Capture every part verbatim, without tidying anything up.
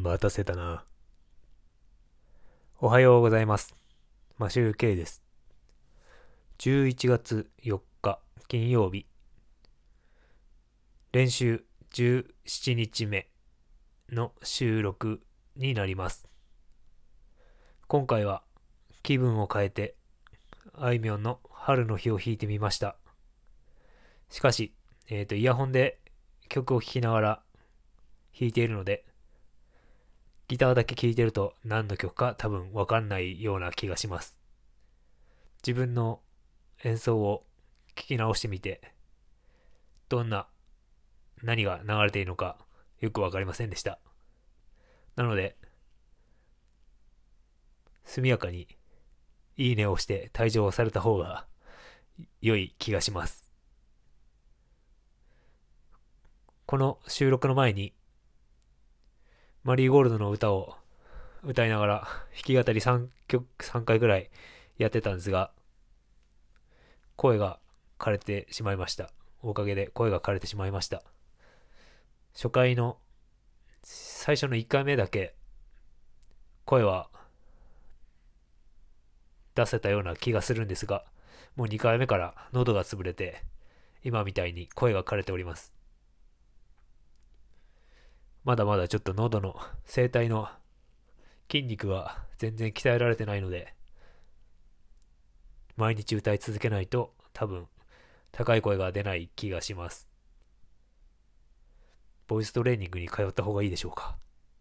待たせたな。おはようございます。マシュル K です。じゅういちがつよっか金曜日、練習じゅうしちにちめの収録になります。今回は気分を変えてあいみょんの春の日を弾いてみました。しかし、えーと、イヤホンで曲を聴きながら弾いているので、ギターだけ聴いてると何の曲か多分わかんないような気がします。自分の演奏を聞き直してみて、どんな、何が流れているのかよくわかりませんでした。なので、速やかにいいねを押して退場された方が良い気がします。この収録の前に、マリーゴールドの歌を歌いながら弾き語りさんきょく、さんかいぐらいやってたんですが、声が枯れてしまいました。おかげで声が枯れてしまいました。初回の最初のいっかいめだけ声は出せたような気がするんですが、もうにかいめから喉が潰れて、今みたいに声が枯れております。まだまだちょっと喉の声帯の筋肉が全然鍛えられてないので、毎日歌い続けないと多分高い声が出ない気がします。ボイストレーニングに通った方がいいでしょうか。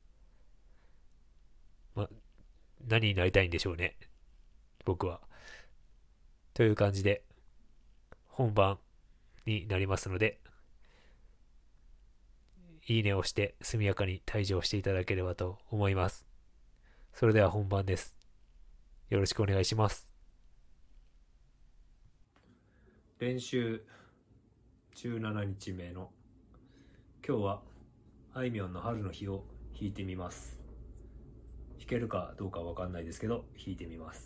ま、何になりたいんでしょうね、僕は。という感じで本番になりますので、いいねを押して速やかに退場していただければと思います。それでは本番です。よろしくお願いします。練習じゅうしちにちめの今日はあいみょんの春の日を弾いてみます。弾けるかどうかわかんないですけど、弾いてみます。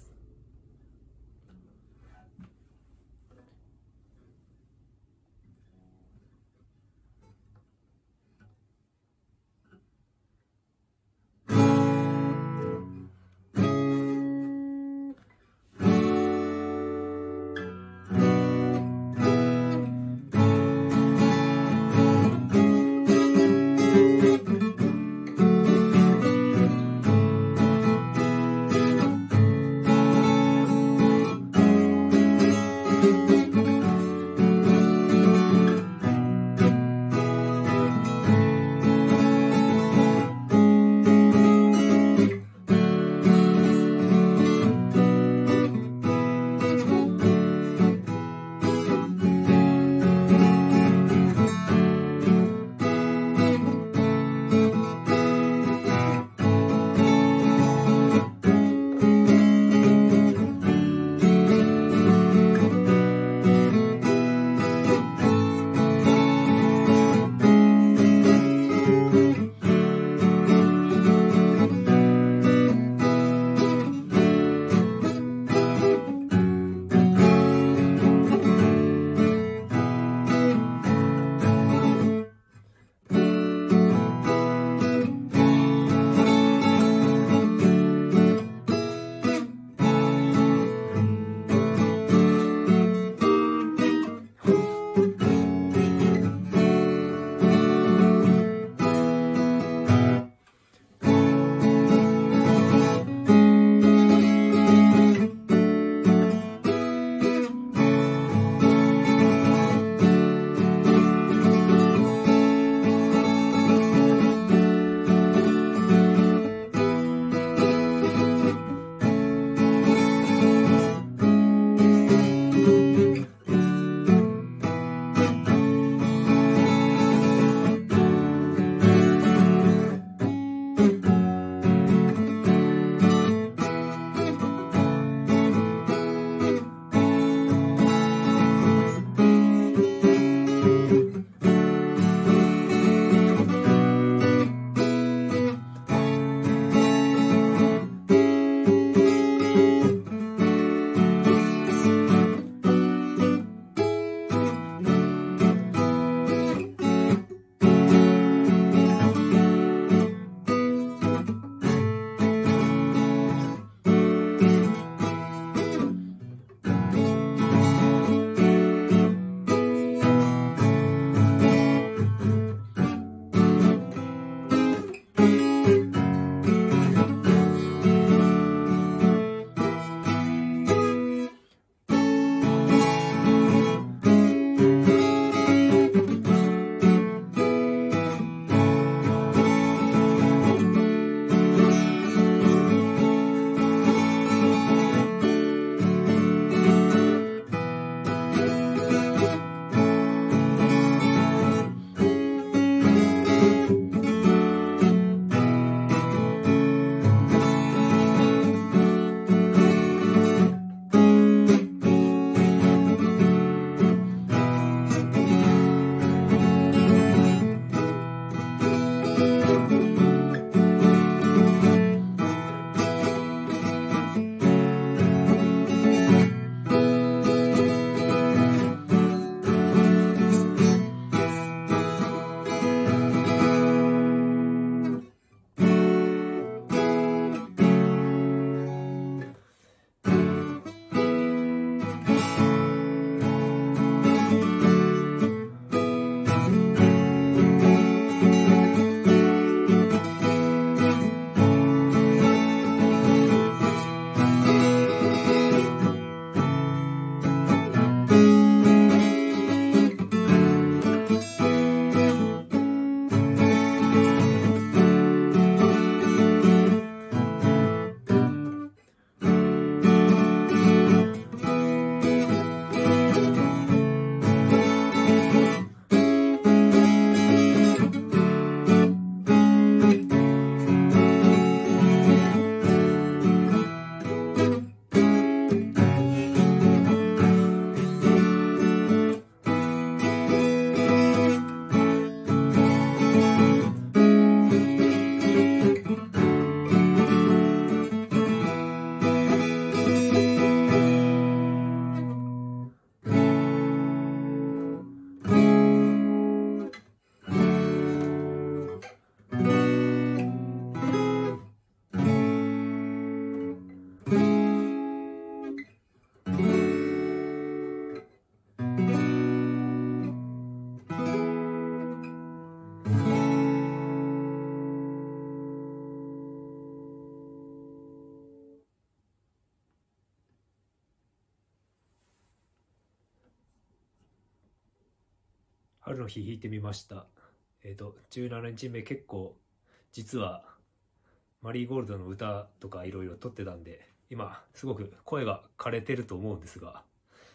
春の日弾いてみました。えっと、じゅうしちにちめ結構、実は、マリーゴールドの歌とかいろいろ撮ってたんで、今、すごく声が枯れてると思うんですが、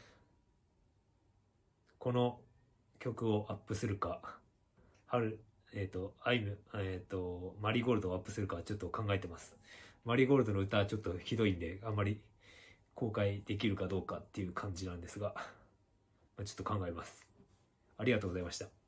この曲をアップするか、春、えっと、アイム、えっと、マリーゴールドをアップするかちょっと考えてます。マリーゴールドの歌はちょっとひどいんで、あんまり公開できるかどうかっていう感じなんですが、ちょっと考えます。ありがとうございました。